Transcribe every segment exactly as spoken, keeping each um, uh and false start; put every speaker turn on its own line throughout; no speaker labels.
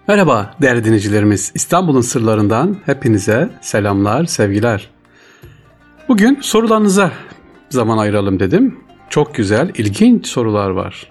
Merhaba değerli dinleyicilerimiz. İstanbul'un sırlarından hepinize selamlar, sevgiler. Bugün sorularınıza zaman ayıralım dedim. Çok güzel, ilginç sorular var.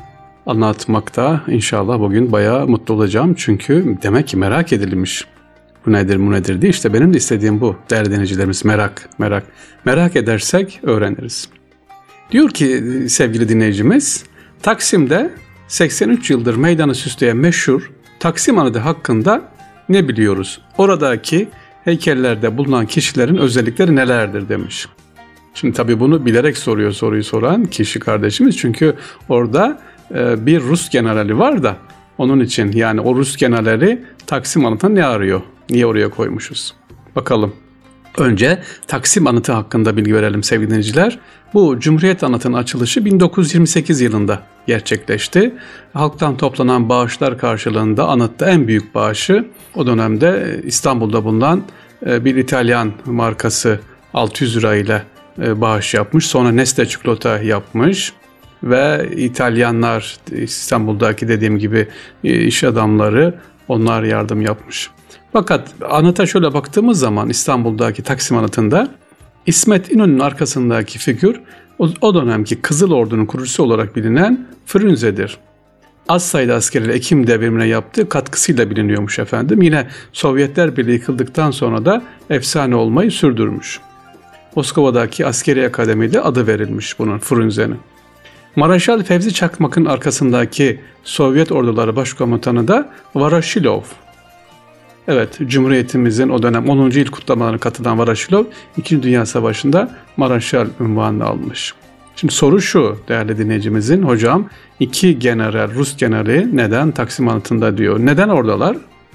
Anlatmakta inşallah bugün bayağı mutlu olacağım. Çünkü demek ki merak edilmiş. Bu nedir, bu nedir diye. İşte benim de istediğim bu değerli dinleyicilerimiz. Merak, merak. Merak edersek öğreniriz. Diyor ki sevgili dinleyicimiz, Taksim'de seksen üç yıldır meydanı süsleyen meşhur Taksim Anıtı hakkında ne biliyoruz? Oradaki heykellerde bulunan kişilerin özellikleri nelerdir demiş. Şimdi tabii bunu bilerek soruyor soruyu soran kişi kardeşimiz. Çünkü orada e, bir Rus generali var da onun için, yani o Rus generali Taksim Anıtı'nı ne arıyor? Niye oraya koymuşuz? Bakalım. Önce Taksim Anıtı hakkında bilgi verelim sevgili dinleyiciler. Bu Cumhuriyet Anıtı'nın açılışı bin dokuz yüz yirmi sekiz yılında gerçekleşti. Halktan toplanan bağışlar karşılığında anıtta en büyük bağışı o dönemde İstanbul'da bulunan bir İtalyan markası altı yüz lira ile bağış yapmış. Sonra Nestle çikolata yapmış ve İtalyanlar, İstanbul'daki dediğim gibi iş adamları, onlar yardım yapmış. Fakat anıta şöyle baktığımız zaman İstanbul'daki Taksim Anıtı'nda İsmet İnönü'nün arkasındaki figür o, o dönemki Kızıl Ordu'nun kurucusu olarak bilinen Frunze'dir. Az sayıda askeriyle Ekim devrimine yaptığı katkısıyla biliniyormuş efendim. Yine Sovyetler Birliği yıkıldıktan sonra da efsane olmayı sürdürmüş. Moskova'daki askeri akademide adı verilmiş bunun, Frunze'nin. Maraşal Fevzi Çakmak'ın arkasındaki Sovyet orduları başkomutanı da Voroshilov. Evet, Cumhuriyetimizin o dönem onuncu yıl kutlamalarına katılan Voroshilov, İkinci Dünya Savaşı'nda Maraşal unvanını almış. Şimdi soru şu değerli dinleyicimizin, hocam iki general, Rus generali neden Taksim Anıtı'nda diyor. Neden oradalar?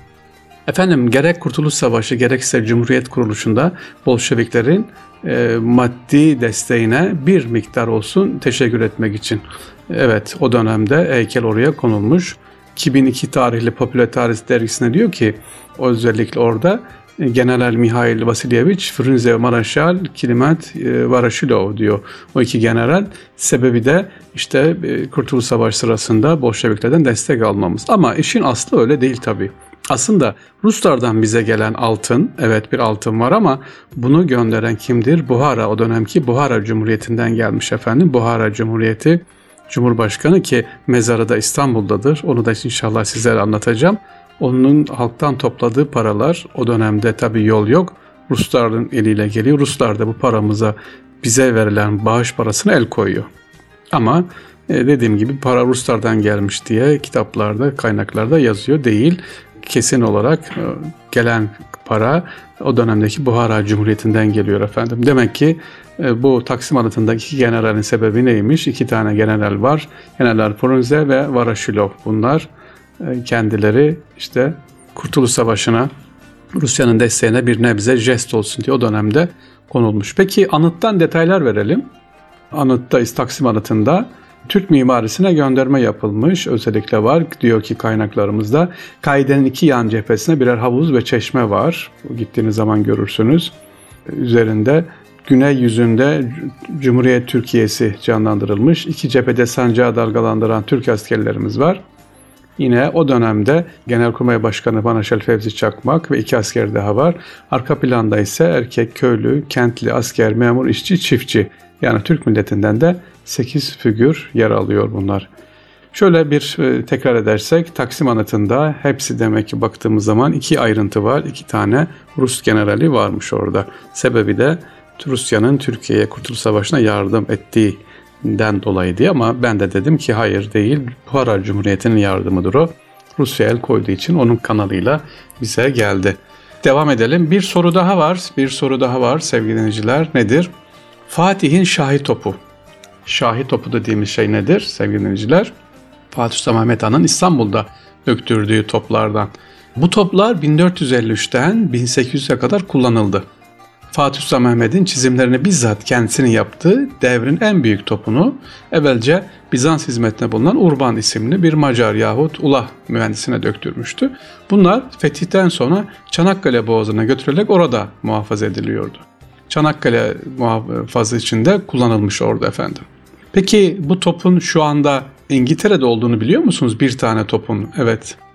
Efendim gerek Kurtuluş Savaşı gerekse Cumhuriyet kuruluşunda Bolşeviklerin e, maddi desteğine bir miktar olsun teşekkür etmek için. Evet, o dönemde heykel oraya konulmuş. iki bin iki tarihli Popüler Tarih dergisine diyor ki özellikle orada General Mihail Vasilyevich Frunze ve Maraşal Kliment Voroshilov diyor. O iki general, sebebi de işte Kurtuluş Savaşı sırasında Bolşeviklerden destek almamız. Ama işin aslı öyle değil tabii. Aslında Ruslardan bize gelen altın, evet bir altın var ama bunu gönderen kimdir? Buhara, o dönemki Buhara Cumhuriyeti'nden gelmiş efendim. Buhara Cumhuriyeti Cumhurbaşkanı, ki mezarı da İstanbul'dadır. Onu da inşallah sizlere anlatacağım. Onun halktan topladığı paralar, o dönemde tabii yol yok, Rusların eliyle geliyor. Ruslar da bu paramıza, bize verilen bağış parasına el koyuyor. Ama dediğim gibi para Ruslardan gelmiş diye kitaplarda, kaynaklarda yazıyor değil. Kesin olarak gelen para o dönemdeki Buhara Cumhuriyeti'nden geliyor efendim. Demek ki bu Taksim Anıtı'ndaki iki generalin sebebi neymiş? İki tane general var. General Frunze ve Voroshilov. Bunlar kendileri işte Kurtuluş Savaşı'na, Rusya'nın desteğine bir nebze jest olsun diye o dönemde konulmuş. Peki anıttan detaylar verelim. Anıtta, Taksim Anıtı'nda Türk mimarisine gönderme yapılmış. Özellikle var. Diyor ki kaynaklarımızda kaidenin iki yan cephesine birer havuz ve çeşme var. Gittiğiniz zaman görürsünüz. Üzerinde güney yüzünde Cumhuriyet Türkiye'si canlandırılmış. İki cephede sancağı dalgalandıran Türk askerlerimiz var. Yine o dönemde Genelkurmay Başkanı Maraşal Fevzi Çakmak ve iki asker daha var. Arka planda ise erkek, köylü, kentli, asker, memur, işçi, çiftçi. Yani Türk milletinden de sekiz figür yer alıyor bunlar. Şöyle bir e, tekrar edersek, Taksim Anıtı'nda hepsi demek ki baktığımız zaman iki ayrıntı var. İki tane Rus generali varmış orada. Sebebi de Rusya'nın Türkiye'ye Kurtuluş Savaşı'na yardım ettiğinden dolayı diye, ama ben de dedim ki hayır değil. Buhara Cumhuriyeti'nin yardımıdır o. Rusya el koyduğu için onun kanalıyla bize geldi. Devam edelim. Bir soru daha var. Bir soru daha var sevgili dinleyiciler. Nedir? Fatih'in Şahi Topu. Şahi Topu dediğimiz şey nedir sevgili dinleyiciler? Fatih Sultan Mehmet Han'ın İstanbul'da döktürdüğü toplardan. Bu toplar bin dört yüz elli üçten bin sekiz yüze kadar kullanıldı. Fatih Sultan Mehmet'in çizimlerini bizzat kendisinin yaptığı devrin en büyük topunu evvelce Bizans hizmetine bulunan Urban isimli bir Macar yahut Ulah mühendisine döktürmüştü. Bunlar fetihten sonra Çanakkale Boğazı'na götürülerek orada muhafaza ediliyordu. Çanakkale muhafazası içinde kullanılmış orada efendim. Peki bu topun şu anda İngiltere'de olduğunu biliyor musunuz? Bir tane topun. Evet.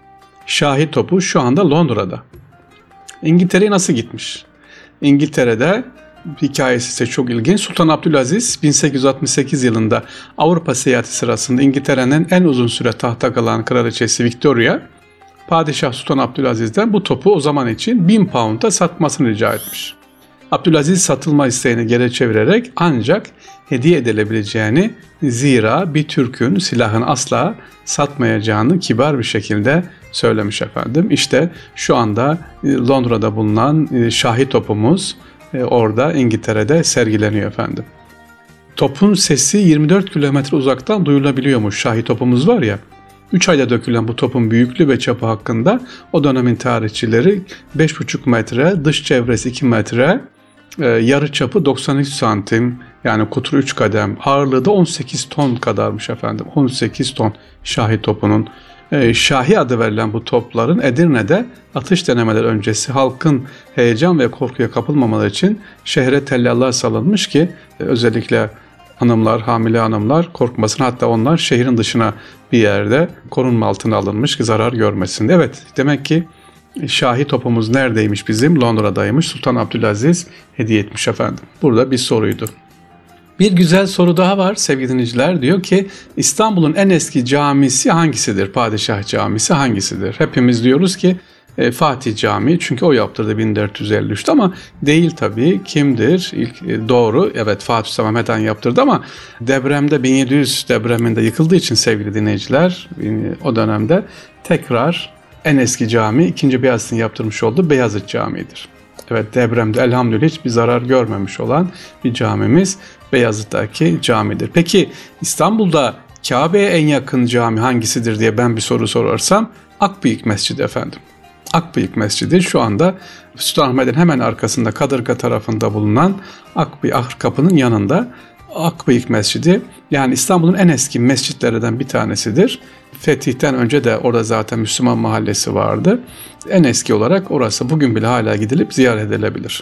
Şahi topu şu anda Londra'da. İngiltere'ye nasıl gitmiş? İngiltere'de hikayesi ise çok ilginç. Sultan Abdülaziz bin sekiz yüz altmış sekiz yılında Avrupa seyahati sırasında İngiltere'nin en uzun süre tahta kalan kraliçesi Victoria, Padişah Sultan Abdülaziz'den bu topu o zaman için bin pound'a satmasını rica etmiş. Abdülaziz satılma isteğini geri çevirerek ancak hediye edilebileceğini, zira bir Türk'ün silahını asla satmayacağını kibar bir şekilde söylemiş efendim. İşte şu anda Londra'da bulunan Şahi topumuz orada İngiltere'de sergileniyor efendim. Topun sesi yirmi dört kilometre uzaktan duyulabiliyormuş. Şahi topumuz var ya. üç ayda dökülen bu topun büyüklüğü ve çapı hakkında o dönemin tarihçileri beş buçuk metre, dış çevresi iki metre, e, yarı çapı doksan üç santim, yani kutru üç kadem, ağırlığı da on sekiz ton kadarmış efendim. on sekiz ton Şahi topunun. E, Şahi adı verilen bu topların Edirne'de atış denemeleri öncesi halkın heyecan ve korkuya kapılmamaları için şehre tellallar salınmış ki e, özellikle hanımlar, hamile hanımlar korkmasın. Hatta onlar şehrin dışına bir yerde korunma altına alınmış ki zarar görmesin. Evet, demek ki Şahi topumuz neredeymiş bizim? Londra'daymış. Sultan Abdülaziz hediye etmiş efendim. Burada bir soruydu. Bir güzel soru daha var sevgili dinleyiciler. Diyor ki İstanbul'un en eski camisi hangisidir? Padişah camisi hangisidir? Hepimiz diyoruz ki e, Fatih Camii, çünkü o yaptırdı bin dört yüz elli üçte, ama değil tabii. Kimdir? İlk e, doğru, evet, Fatih Sultan Mehmet Han yaptırdı ama depremde bin yedi yüz depreminde yıkıldığı için sevgili dinleyiciler, e, o dönemde tekrar en eski cami ikinci. Beyazıt'ın yaptırmış olduğu Beyazıt Camii'dir. Evet, depremde elhamdülillah hiçbir zarar görmemiş olan bir camimiz Beyazıt'taki camidir. Peki İstanbul'da Kabe'ye en yakın cami hangisidir diye ben bir soru sorarsam Akbıyık Mescidi efendim. Akbıyık Mescidi şu anda Sultanahmet'in hemen arkasında Kadırga tarafında bulunan Akbıyık Kapı'nın yanında Akbıyık Mescidi, yani İstanbul'un en eski mescitlerinden bir tanesidir. Fetih'ten önce de orada zaten Müslüman mahallesi vardı. En eski olarak orası bugün bile hala gidilip ziyaret edilebilir.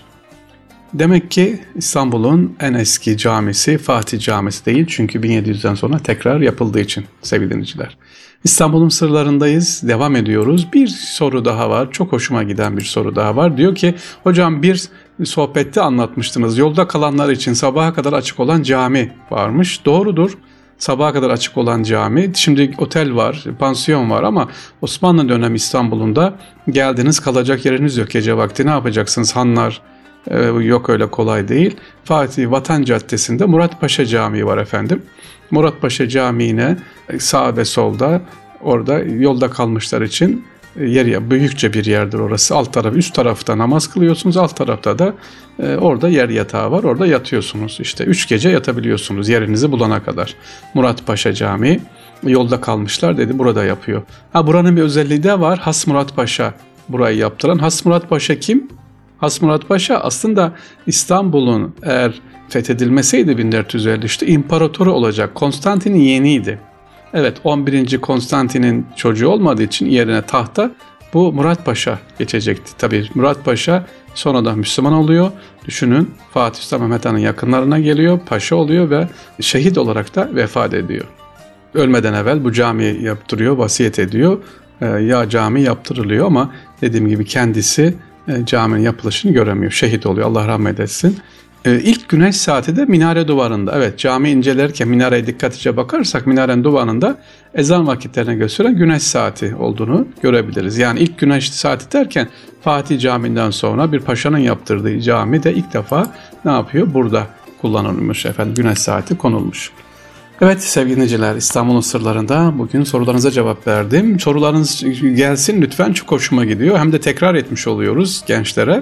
Demek ki İstanbul'un en eski camisi Fatih Camisi değil, çünkü bin yedi yüzden sonra tekrar yapıldığı için sevgili dinleyiciler. İstanbul'un sırlarındayız, devam ediyoruz. Bir soru daha var, çok hoşuma giden bir soru daha var. Diyor ki hocam, bir sohbette anlatmıştınız, yolda kalanlar için sabaha kadar açık olan cami varmış. Doğrudur. Sabaha kadar açık olan cami. Şimdi otel var, pansiyon var ama Osmanlı dönemi İstanbul'unda geldiniz, kalacak yeriniz yok gece vakti. Ne yapacaksınız? Hanlar ee, yok, öyle kolay değil. Fatih Vatan Caddesi'nde Muratpaşa Camii var efendim. Muratpaşa Camii'ne sağ ve solda, orada yolda kalmışlar için yer ya, büyükçe bir yerdir orası. Alt tarafı, üst tarafta namaz kılıyorsunuz, alt tarafta da e, orada yer yatağı var. Orada yatıyorsunuz. İşte üç gece yatabiliyorsunuz yerinizi bulana kadar. Muratpaşa Camii, yolda kalmışlar dedi, burada yapıyor. Ha, buranın bir özelliği de var. Has Murat Paşa burayı yaptıran. Has Murat Paşa kim? Has Murat Paşa aslında İstanbul'un eğer fethedilmeseydi bin dört yüz elli üçte imparatoru olacak. Konstantin'in yeğeniydi. Evet, on birinci Konstantin'in çocuğu olmadığı için yerine tahta bu Murat Paşa geçecekti. Tabii Murat Paşa sonradan Müslüman oluyor. Düşünün, Fatih Sultan Mehmet Han'ın yakınlarına geliyor, paşa oluyor ve şehit olarak da vefat ediyor. Ölmeden evvel bu camiyi yaptırıyor, vasiyet ediyor. Ee, ya cami yaptırılıyor ama dediğim gibi kendisi e, caminin yapılışını göremiyor. Şehit oluyor, Allah rahmet etsin. Ee, ilk güneş saati de minare duvarında. Evet, cami incelerken minareye dikkatlice bakarsak minarenin duvarında ezan vakitlerine gösteren güneş saati olduğunu görebiliriz. Yani ilk güneş saati derken Fatih Camii'nden sonra bir paşanın yaptırdığı cami de ilk defa ne yapıyor? Burada kullanılmış efendim, güneş saati konulmuş. Evet sevgili dinleyiciler, İstanbul'un sırlarında bugün sorularınıza cevap verdim. Sorularınız gelsin lütfen, çok hoşuma gidiyor. Hem de tekrar etmiş oluyoruz gençlere.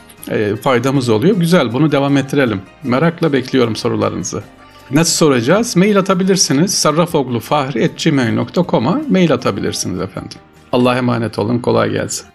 E, faydamız oluyor. Güzel, bunu devam ettirelim. Merakla bekliyorum sorularınızı. Nasıl soracağız? Mail atabilirsiniz. sarrafoglufahri at gmail nokta com'a mail atabilirsiniz efendim. Allah'a emanet olun. Kolay gelsin.